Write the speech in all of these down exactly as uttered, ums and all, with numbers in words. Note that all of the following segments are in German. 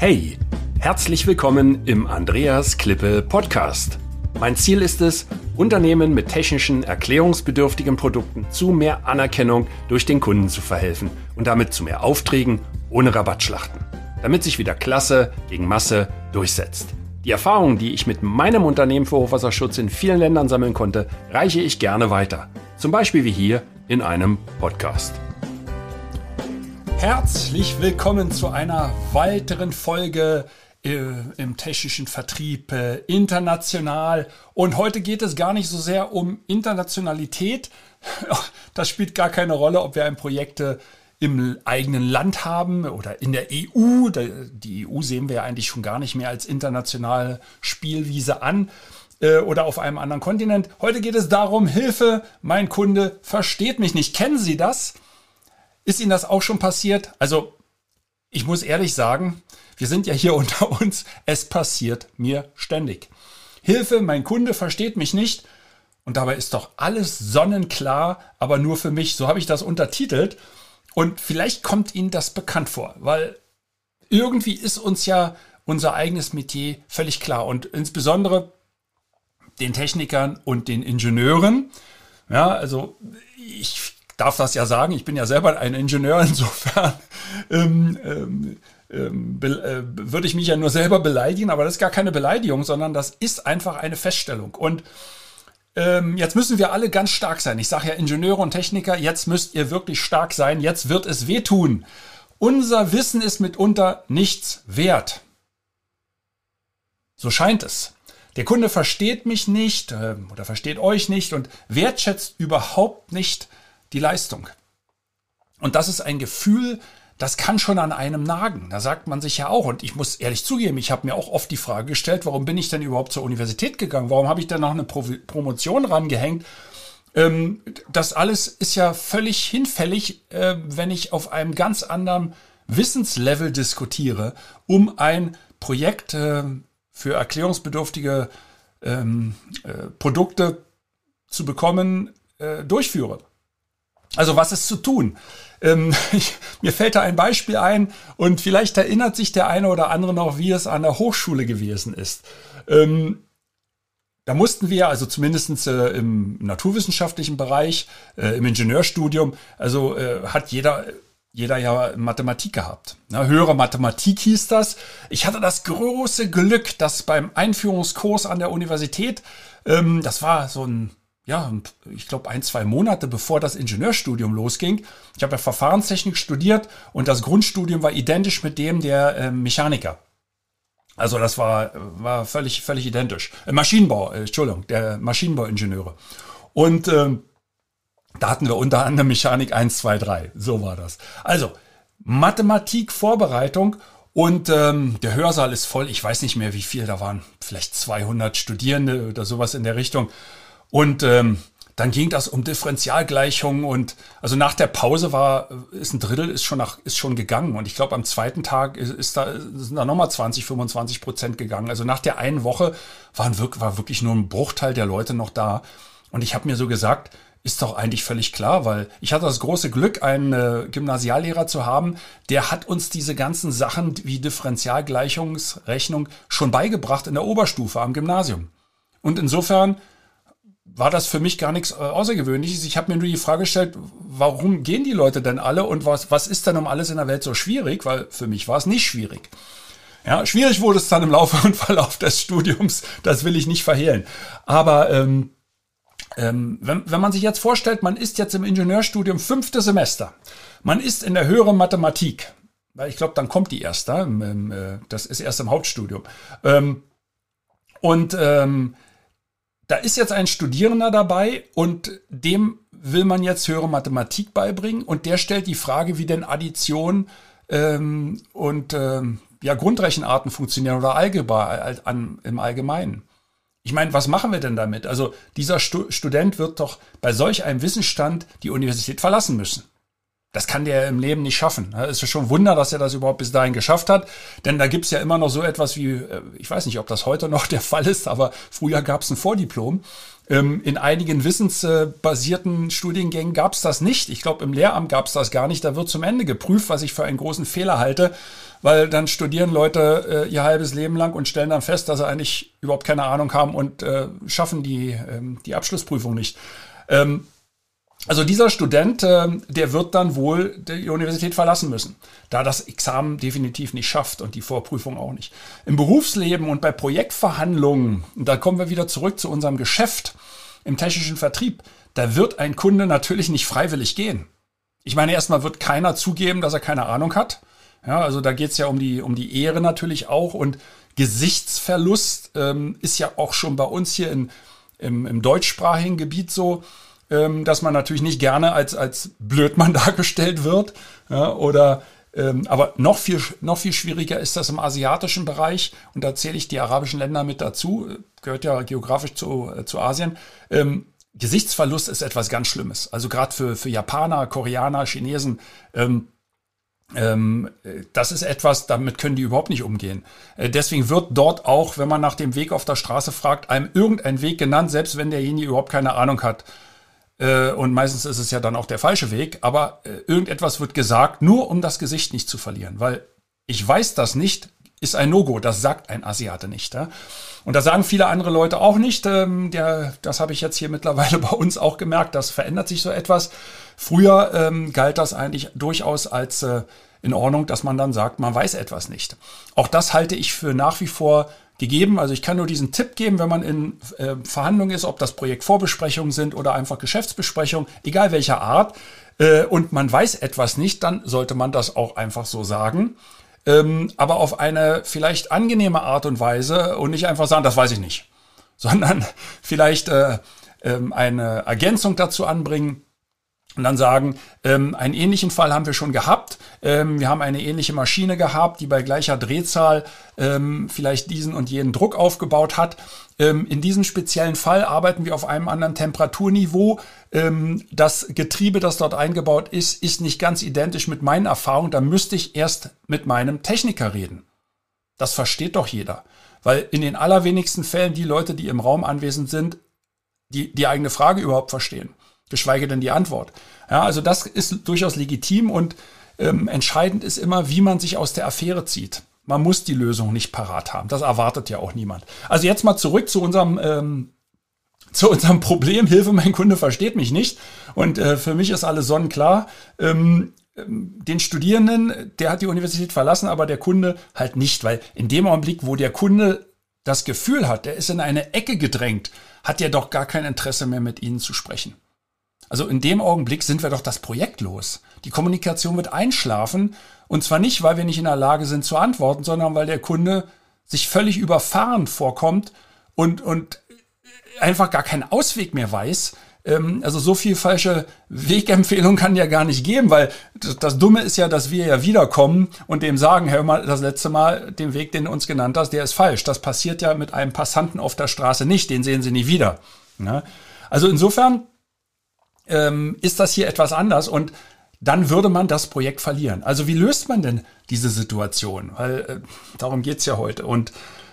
Hey, herzlich willkommen im Andreas Klippe Podcast. Mein Ziel ist es, Unternehmen mit technischen, erklärungsbedürftigen Produkten zu mehr Anerkennung durch den Kunden zu verhelfen und damit zu mehr Aufträgen ohne Rabattschlachten, damit sich wieder Klasse gegen Masse durchsetzt. Die Erfahrungen, die ich mit meinem Unternehmen für Hochwasserschutz in vielen Ländern sammeln konnte, reiche ich gerne weiter. Zum Beispiel wie hier in einem Podcast. Herzlich willkommen zu einer weiteren Folge äh, im technischen Vertrieb äh, international. Und heute geht es gar nicht so sehr um Internationalität. Das spielt gar keine Rolle, ob wir ein Projekt äh, im eigenen Land haben oder in der E U. Die E U sehen wir ja eigentlich schon gar nicht mehr als internationale Spielwiese an äh, oder auf einem anderen Kontinent. Heute geht es darum, Hilfe, mein Kunde versteht mich nicht. Kennen Sie das? Ist Ihnen das auch schon passiert? Also, ich muss ehrlich sagen, wir sind ja hier unter uns. Es passiert mir ständig. Hilfe, mein Kunde versteht mich nicht. Und dabei ist doch alles sonnenklar, aber nur für mich. So habe ich das untertitelt. Und vielleicht kommt Ihnen das bekannt vor, weil irgendwie ist uns ja unser eigenes Metier völlig klar. Und insbesondere den Technikern und den Ingenieuren. Ja, also ich darf das ja sagen, ich bin ja selber ein Ingenieur, insofern ähm, ähm, ähm, be- äh, würde ich mich ja nur selber beleidigen, aber das ist gar keine Beleidigung, sondern das ist einfach eine Feststellung. Und ähm, jetzt müssen wir alle ganz stark sein. Ich sage ja Ingenieure und Techniker, jetzt müsst ihr wirklich stark sein, jetzt wird es wehtun. Unser Wissen ist mitunter nichts wert. So scheint es. Der Kunde versteht mich nicht äh, oder versteht euch nicht und wertschätzt überhaupt nicht die Leistung. Und das ist ein Gefühl, das kann schon an einem nagen. Da sagt man sich ja auch, und ich muss ehrlich zugeben, ich habe mir auch oft die Frage gestellt, warum bin ich denn überhaupt zur Universität gegangen? Warum habe ich denn noch eine Pro- Promotion rangehängt? Ähm, das alles ist ja völlig hinfällig, äh, wenn ich auf einem ganz anderen Wissenslevel diskutiere, um ein Projekt äh, für erklärungsbedürftige ähm, äh, Produkte zu bekommen, äh, durchführe. Also was ist zu tun? Ähm, ich, mir fällt da ein Beispiel ein und vielleicht erinnert sich der eine oder andere noch, wie es an der Hochschule gewesen ist. Ähm, da mussten wir, also zumindest äh, im naturwissenschaftlichen Bereich, äh, im Ingenieurstudium, also äh, hat jeder, jeder ja Mathematik gehabt. Na, höhere Mathematik hieß das. Ich hatte das große Glück, dass beim Einführungskurs an der Universität, ähm, das war so ein Ja, ich glaube ein, zwei Monate bevor das Ingenieurstudium losging. Ich habe ja Verfahrenstechnik studiert und das Grundstudium war identisch mit dem der äh, Mechaniker. Also das war, war völlig, völlig identisch. Äh, Maschinenbau, äh, Entschuldigung, der Maschinenbauingenieure. Und ähm, da hatten wir unter anderem Mechanik eins, zwei, drei. So war das. Also Mathematik, Vorbereitung. Und ähm, der Hörsaal ist voll. Ich weiß nicht mehr, wie viel da waren. Vielleicht zweihundert Studierende oder sowas in der Richtung. Und ähm, dann ging das um Differentialgleichungen und also nach der Pause war ist ein Drittel ist schon nach ist schon gegangen und ich glaube am zweiten Tag ist, ist da sind da nochmal zwanzig, fünfundzwanzig Prozent gegangen. Also nach der einen Woche waren wirklich war wirklich nur ein Bruchteil der Leute noch da und ich habe mir so gesagt, ist doch eigentlich völlig klar, weil ich hatte das große Glück, einen äh, Gymnasiallehrer zu haben, der hat uns diese ganzen Sachen wie Differentialgleichungsrechnung schon beigebracht in der Oberstufe am Gymnasium. Und insofern war das für mich gar nichts äh, Außergewöhnliches. Ich habe mir nur die Frage gestellt, warum gehen die Leute denn alle und was, was ist denn um alles in der Welt so schwierig? Weil für mich war es nicht schwierig. Ja, schwierig wurde es dann im Laufe und Verlauf des Studiums, das will ich nicht verhehlen. Aber ähm, ähm, wenn, wenn man sich jetzt vorstellt, man ist jetzt im Ingenieurstudium fünfte Semester, man ist in der höheren Mathematik, weil ich glaube, dann kommt die erst, ähm, äh, das ist erst im Hauptstudium. Ähm, und ähm, Da ist jetzt ein Studierender dabei und dem will man jetzt höhere Mathematik beibringen und der stellt die Frage, wie denn Addition ähm, und ähm, ja, Grundrechenarten funktionieren oder Algebra an, im Allgemeinen. Ich meine, was machen wir denn damit? Also dieser Stu- Student wird doch bei solch einem Wissensstand die Universität verlassen müssen. Das kann der im Leben nicht schaffen. Es ist schon ein Wunder, dass er das überhaupt bis dahin geschafft hat. Denn da gibt's ja immer noch so etwas wie, ich weiß nicht, ob das heute noch der Fall ist, aber früher gab's ein Vordiplom. In einigen wissensbasierten Studiengängen gab's das nicht. Ich glaube, im Lehramt gab's das gar nicht. Da wird zum Ende geprüft, was ich für einen großen Fehler halte. Weil dann studieren Leute ihr halbes Leben lang und stellen dann fest, dass sie eigentlich überhaupt keine Ahnung haben und schaffen die, die Abschlussprüfung nicht. Also dieser Student, äh, der wird dann wohl die Universität verlassen müssen, da das Examen definitiv nicht schafft und die Vorprüfung auch nicht. Im Berufsleben und bei Projektverhandlungen, und da kommen wir wieder zurück zu unserem Geschäft im technischen Vertrieb, da wird ein Kunde natürlich nicht freiwillig gehen. Ich meine, erstmal wird keiner zugeben, dass er keine Ahnung hat. Ja, also da geht's ja um die, um die Ehre natürlich auch, und Gesichtsverlust ähm, ist ja auch schon bei uns hier in, im, im deutschsprachigen Gebiet so, dass man natürlich nicht gerne als als Blödmann dargestellt wird, ja, oder ähm, aber noch viel noch viel schwieriger ist das im asiatischen Bereich, und da zähle ich die arabischen Länder mit dazu, gehört ja geografisch zu äh, zu Asien. Ähm, Gesichtsverlust ist etwas ganz Schlimmes, also gerade für für Japaner, Koreaner, Chinesen. Ähm, Ähm, das ist etwas, damit können die überhaupt nicht umgehen. Äh, deswegen wird dort auch, wenn man nach dem Weg auf der Straße fragt, einem irgendein Weg genannt, selbst wenn derjenige überhaupt keine Ahnung hat. Und meistens ist es ja dann auch der falsche Weg, aber irgendetwas wird gesagt, nur um das Gesicht nicht zu verlieren, weil ich weiß das nicht, ist ein No-Go, das sagt ein Asiate nicht. Ja? Und das sagen viele andere Leute auch nicht, ähm, der, das habe ich jetzt hier mittlerweile bei uns auch gemerkt, das verändert sich so etwas. Früher ähm, galt das eigentlich durchaus als äh, in Ordnung, dass man dann sagt, man weiß etwas nicht. Auch das halte ich für nach wie vor gegeben. Also ich kann nur diesen Tipp geben, wenn man in äh, Verhandlungen ist, ob das Projektvorbesprechungen sind oder einfach Geschäftsbesprechungen, egal welcher Art, äh, und man weiß etwas nicht, dann sollte man das auch einfach so sagen. Ähm, aber auf eine vielleicht angenehme Art und Weise und nicht einfach sagen, das weiß ich nicht, sondern vielleicht äh, äh, eine Ergänzung dazu anbringen. Und dann sagen, ähm, einen ähnlichen Fall haben wir schon gehabt. Ähm, wir haben eine ähnliche Maschine gehabt, die bei gleicher Drehzahl ähm, vielleicht diesen und jenen Druck aufgebaut hat. Ähm, in diesem speziellen Fall arbeiten wir auf einem anderen Temperaturniveau. Ähm, das Getriebe, das dort eingebaut ist, ist nicht ganz identisch mit meinen Erfahrungen. Da müsste ich erst mit meinem Techniker reden. Das versteht doch jeder. Weil in den allerwenigsten Fällen die Leute, die im Raum anwesend sind, die die eigene Frage überhaupt verstehen. Geschweige denn die Antwort. Ja, also das ist durchaus legitim, und ähm, entscheidend ist immer, wie man sich aus der Affäre zieht. Man muss die Lösung nicht parat haben. Das erwartet ja auch niemand. Also jetzt mal zurück zu unserem ähm, zu unserem Problem. Hilfe, mein Kunde versteht mich nicht. Und äh, für mich ist alles sonnenklar. Ähm, den Studierenden, der hat die Universität verlassen, aber der Kunde halt nicht, weil in dem Augenblick, wo der Kunde das Gefühl hat, der ist in eine Ecke gedrängt, hat der doch gar kein Interesse mehr, mit Ihnen zu sprechen. Also in dem Augenblick sind wir doch das Projekt los. Die Kommunikation wird einschlafen, und zwar nicht, weil wir nicht in der Lage sind zu antworten, sondern weil der Kunde sich völlig überfahren vorkommt und, und einfach gar keinen Ausweg mehr weiß. Ähm, also so viel falsche Wegempfehlung kann ja gar nicht geben, weil das, das Dumme ist ja, dass wir ja wiederkommen und dem sagen, hör mal, das letzte Mal, den Weg, den du uns genannt hast, der ist falsch. Das passiert ja mit einem Passanten auf der Straße nicht, den sehen Sie nie wieder. Ja? Also insofern ähm, ist das hier etwas anders, und dann würde man das Projekt verlieren. Also wie löst man denn diese Situation? Weil äh, darum geht's ja heute. Und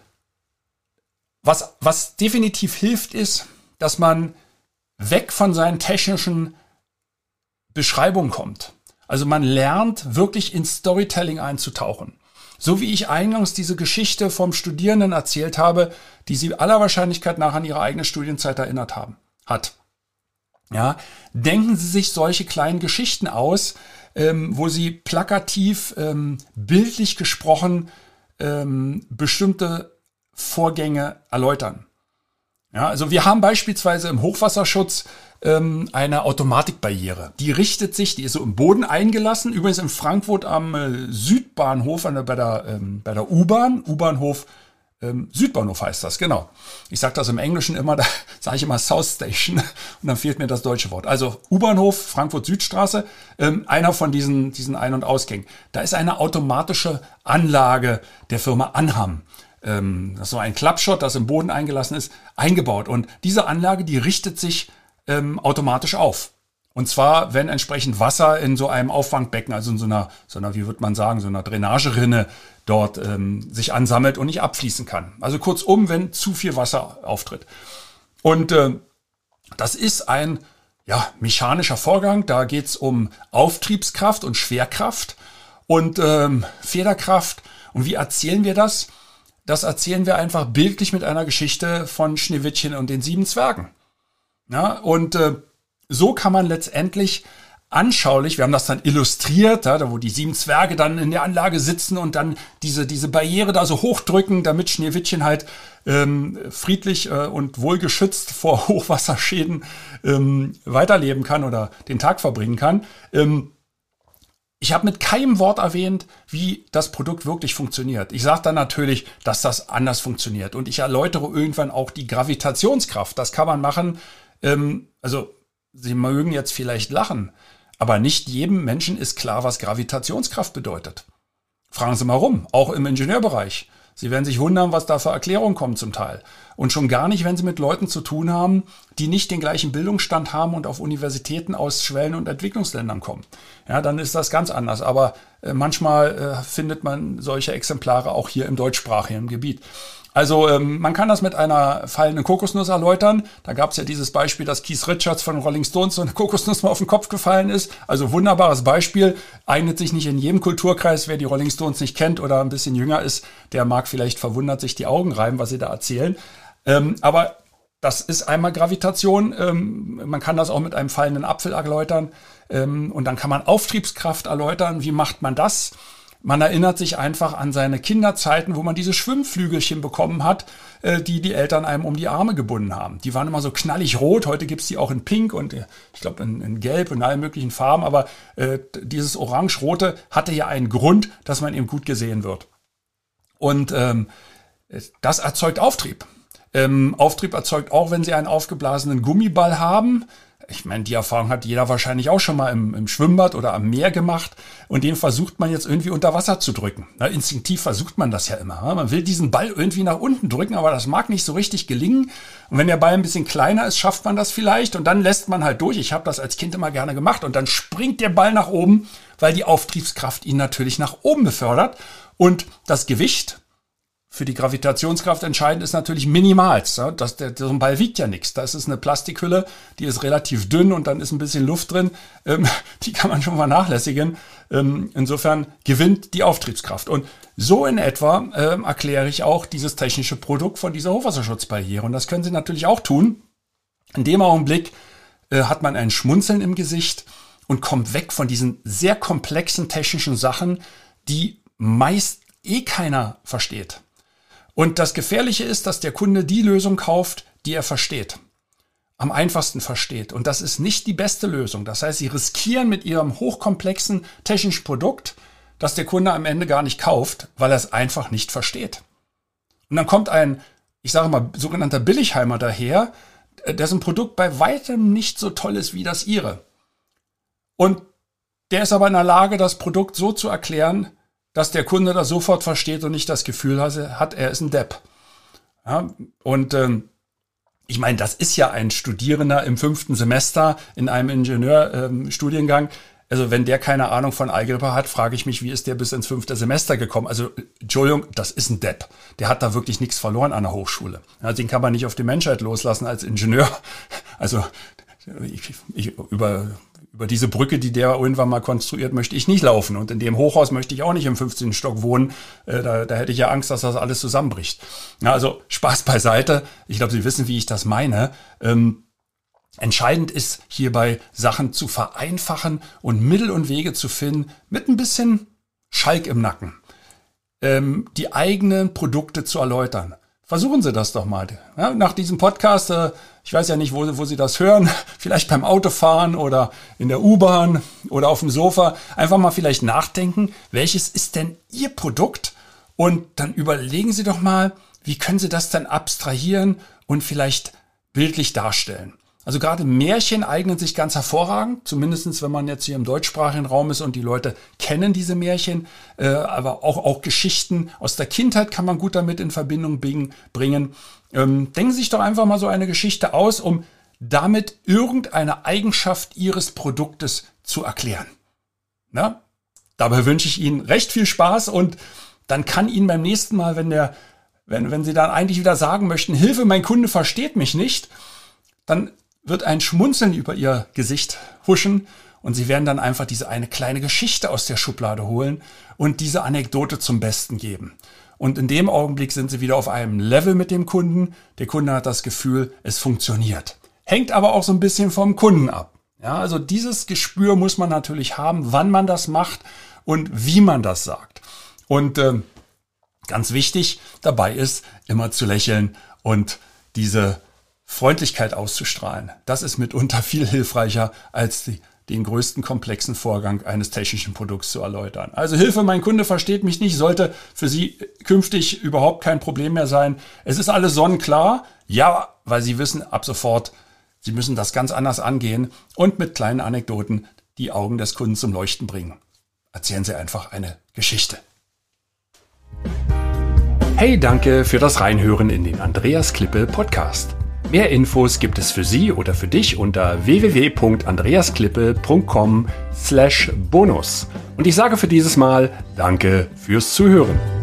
was, was definitiv hilft, ist, dass man weg von seinen technischen Beschreibungen kommt. Also man lernt wirklich ins Storytelling einzutauchen. So wie ich eingangs diese Geschichte vom Studierenden erzählt habe, die Sie aller Wahrscheinlichkeit nach an Ihre eigene Studienzeit erinnert haben, hat. Ja, denken Sie sich solche kleinen Geschichten aus, ähm, wo Sie plakativ, ähm, bildlich gesprochen, ähm, bestimmte Vorgänge erläutern. Ja, also wir haben beispielsweise im Hochwasserschutz ähm, eine Automatikbarriere. Die richtet sich, die ist so im Boden eingelassen, übrigens in Frankfurt am äh, Südbahnhof, an der, bei der, ähm, bei der U-Bahn, U-Bahnhof, ähm, Südbahnhof heißt das, genau. Ich sage das im Englischen immer, da sage ich immer South Station, und dann fehlt mir das deutsche Wort. Also U-Bahnhof, Frankfurt-Südstraße, ähm, einer von diesen, diesen Ein- und Ausgängen. Da ist eine automatische Anlage der Firma Anham. Ähm, das ist so ein Klappschott, das im Boden eingelassen ist, eingebaut. Und diese Anlage, die richtet sich ähm, automatisch auf. Und zwar, wenn entsprechend Wasser in so einem Auffangbecken, also in so einer, so einer, wie würde man sagen, so einer Drainagerinne dort ähm, sich ansammelt und nicht abfließen kann. Also kurzum, wenn zu viel Wasser auftritt. Und äh, das ist ein ja, mechanischer Vorgang. Da geht es um Auftriebskraft und Schwerkraft und ähm, Federkraft. Und wie erzählen wir das? Das erzählen wir einfach bildlich mit einer Geschichte von Schneewittchen und den sieben Zwergen. Ja, und äh, so kann man letztendlich anschaulich, wir haben das dann illustriert, ja, da wo die sieben Zwerge dann in der Anlage sitzen und dann diese, diese Barriere da so hochdrücken, damit Schneewittchen halt ähm, friedlich äh, und wohlgeschützt vor Hochwasserschäden ähm, weiterleben kann oder den Tag verbringen kann. Ähm, ich habe mit keinem Wort erwähnt, wie das Produkt wirklich funktioniert. Ich sage dann natürlich, dass das anders funktioniert und ich erläutere irgendwann auch die Gravitationskraft. Das kann man machen, ähm, also Sie mögen jetzt vielleicht lachen, aber nicht jedem Menschen ist klar, was Gravitationskraft bedeutet. Fragen Sie mal rum, auch im Ingenieurbereich. Sie werden sich wundern, was da für Erklärungen kommen zum Teil. Und schon gar nicht, wenn Sie mit Leuten zu tun haben, die nicht den gleichen Bildungsstand haben und auf Universitäten aus Schwellen- und Entwicklungsländern kommen. Ja, dann ist das ganz anders. Aber äh, manchmal äh, findet man solche Exemplare auch hier im deutschsprachigen Gebiet. Also ähm, man kann das mit einer fallenden Kokosnuss erläutern. Da gab es ja dieses Beispiel, dass Keith Richards von Rolling Stones so eine Kokosnuss mal auf den Kopf gefallen ist. Also wunderbares Beispiel. Eignet sich nicht in jedem Kulturkreis. Wer die Rolling Stones nicht kennt oder ein bisschen jünger ist, der mag vielleicht verwundert sich die Augen reiben, was sie da erzählen. Ähm, aber das ist einmal Gravitation. Ähm, man kann das auch mit einem fallenden Apfel erläutern. Ähm, und dann kann man Auftriebskraft erläutern. Wie macht man das? Man erinnert sich einfach an seine Kinderzeiten, wo man diese Schwimmflügelchen bekommen hat, äh, die die Eltern einem um die Arme gebunden haben. Die waren immer so knallig rot, heute gibt's die auch in Pink und äh, ich glaube in, in Gelb und allen möglichen Farben, aber äh, dieses Orange-Rote hatte ja einen Grund, dass man eben gut gesehen wird. Und ähm, das erzeugt Auftrieb. Ähm, Auftrieb erzeugt auch, wenn Sie einen aufgeblasenen Gummiball haben. Ich meine, die Erfahrung hat jeder wahrscheinlich auch schon mal im, im Schwimmbad oder am Meer gemacht und den versucht man jetzt irgendwie unter Wasser zu drücken. Na, instinktiv versucht man das ja immer. Ja? Man will diesen Ball irgendwie nach unten drücken, aber das mag nicht so richtig gelingen. Und wenn der Ball ein bisschen kleiner ist, schafft man das vielleicht und dann lässt man halt durch. Ich habe das als Kind immer gerne gemacht und dann springt der Ball nach oben, weil die Auftriebskraft ihn natürlich nach oben befördert und das Gewicht für die Gravitationskraft entscheidend ist natürlich minimal. Ja? Das, der, so ein Ball wiegt ja nichts. Das ist eine Plastikhülle, die ist relativ dünn und dann ist ein bisschen Luft drin. Ähm, die kann man schon vernachlässigen. Ähm, insofern gewinnt die Auftriebskraft. Und so in etwa ähm, erkläre ich auch dieses technische Produkt von dieser Hochwasserschutzbarriere. Und das können Sie natürlich auch tun. In dem Augenblick äh, hat man ein Schmunzeln im Gesicht und kommt weg von diesen sehr komplexen technischen Sachen, die meist eh keiner versteht. Und das Gefährliche ist, dass der Kunde die Lösung kauft, die er versteht. Am einfachsten versteht. Und das ist nicht die beste Lösung. Das heißt, Sie riskieren mit Ihrem hochkomplexen technischen Produkt, dass der Kunde am Ende gar nicht kauft, weil er es einfach nicht versteht. Und dann kommt ein, ich sage mal, sogenannter Billigheimer daher, dessen Produkt bei weitem nicht so toll ist wie das Ihre. Und der ist aber in der Lage, das Produkt so zu erklären, dass der Kunde das sofort versteht und nicht das Gefühl hat, er ist ein Depp. Ja, und ähm, ich meine, das ist ja ein Studierender im fünften Semester in einem Ingenieurstudiengang. Ähm, also wenn der keine Ahnung von Algebra hat, frage ich mich, wie ist der bis ins fünfte Semester gekommen? Also Entschuldigung, das ist ein Depp. Der hat da wirklich nichts verloren an der Hochschule. Ja, den kann man nicht auf die Menschheit loslassen als Ingenieur. Also ich, ich über... Über diese Brücke, die der irgendwann mal konstruiert, möchte ich nicht laufen. Und in dem Hochhaus möchte ich auch nicht im fünfzehnten Stock wohnen. Äh, da, da hätte ich ja Angst, dass das alles zusammenbricht. Ja, also Spaß beiseite. Ich glaube, Sie wissen, wie ich das meine. Ähm, entscheidend ist hierbei, Sachen zu vereinfachen und Mittel und Wege zu finden, mit ein bisschen Schalk im Nacken. Ähm, die eigenen Produkte zu erläutern. Versuchen Sie das doch mal. Ja, nach diesem Podcast, äh, ich weiß ja nicht, wo, wo Sie das hören, vielleicht beim Autofahren oder in der U-Bahn oder auf dem Sofa, einfach mal vielleicht nachdenken, welches ist denn Ihr Produkt? Und dann überlegen Sie doch mal, wie können Sie das dann abstrahieren und vielleicht bildlich darstellen. Also gerade Märchen eignen sich ganz hervorragend, zumindest wenn man jetzt hier im deutschsprachigen Raum ist und die Leute kennen diese Märchen, äh, aber auch, auch Geschichten aus der Kindheit kann man gut damit in Verbindung bringen. Ähm, denken Sie sich doch einfach mal so eine Geschichte aus, um damit irgendeine Eigenschaft Ihres Produktes zu erklären. Na? Dabei wünsche ich Ihnen recht viel Spaß und dann kann Ihnen beim nächsten Mal, wenn der, wenn, wenn Sie dann eigentlich wieder sagen möchten, Hilfe, mein Kunde versteht mich nicht, dann wird ein Schmunzeln über Ihr Gesicht huschen und Sie werden dann einfach diese eine kleine Geschichte aus der Schublade holen und diese Anekdote zum Besten geben. Und in dem Augenblick sind Sie wieder auf einem Level mit dem Kunden. Der Kunde hat das Gefühl, es funktioniert. Hängt aber auch so ein bisschen vom Kunden ab. Ja, also dieses Gespür muss man natürlich haben, wann man das macht und wie man das sagt. Und äh, ganz wichtig dabei ist, immer zu lächeln und diese Freundlichkeit auszustrahlen. Das ist mitunter viel hilfreicher, als die, den größten komplexen Vorgang eines technischen Produkts zu erläutern. Also Hilfe, mein Kunde versteht mich nicht, sollte für Sie künftig überhaupt kein Problem mehr sein. Es ist alles sonnenklar, ja, weil Sie wissen ab sofort, Sie müssen das ganz anders angehen und mit kleinen Anekdoten die Augen des Kunden zum Leuchten bringen. Erzählen Sie einfach eine Geschichte. Hey, danke für das Reinhören in den Andreas Klippe Podcast. Mehr Infos gibt es für Sie oder für dich unter w w w punkt andreasklippe punkt com slash bonus. Und ich sage für dieses Mal Danke fürs Zuhören.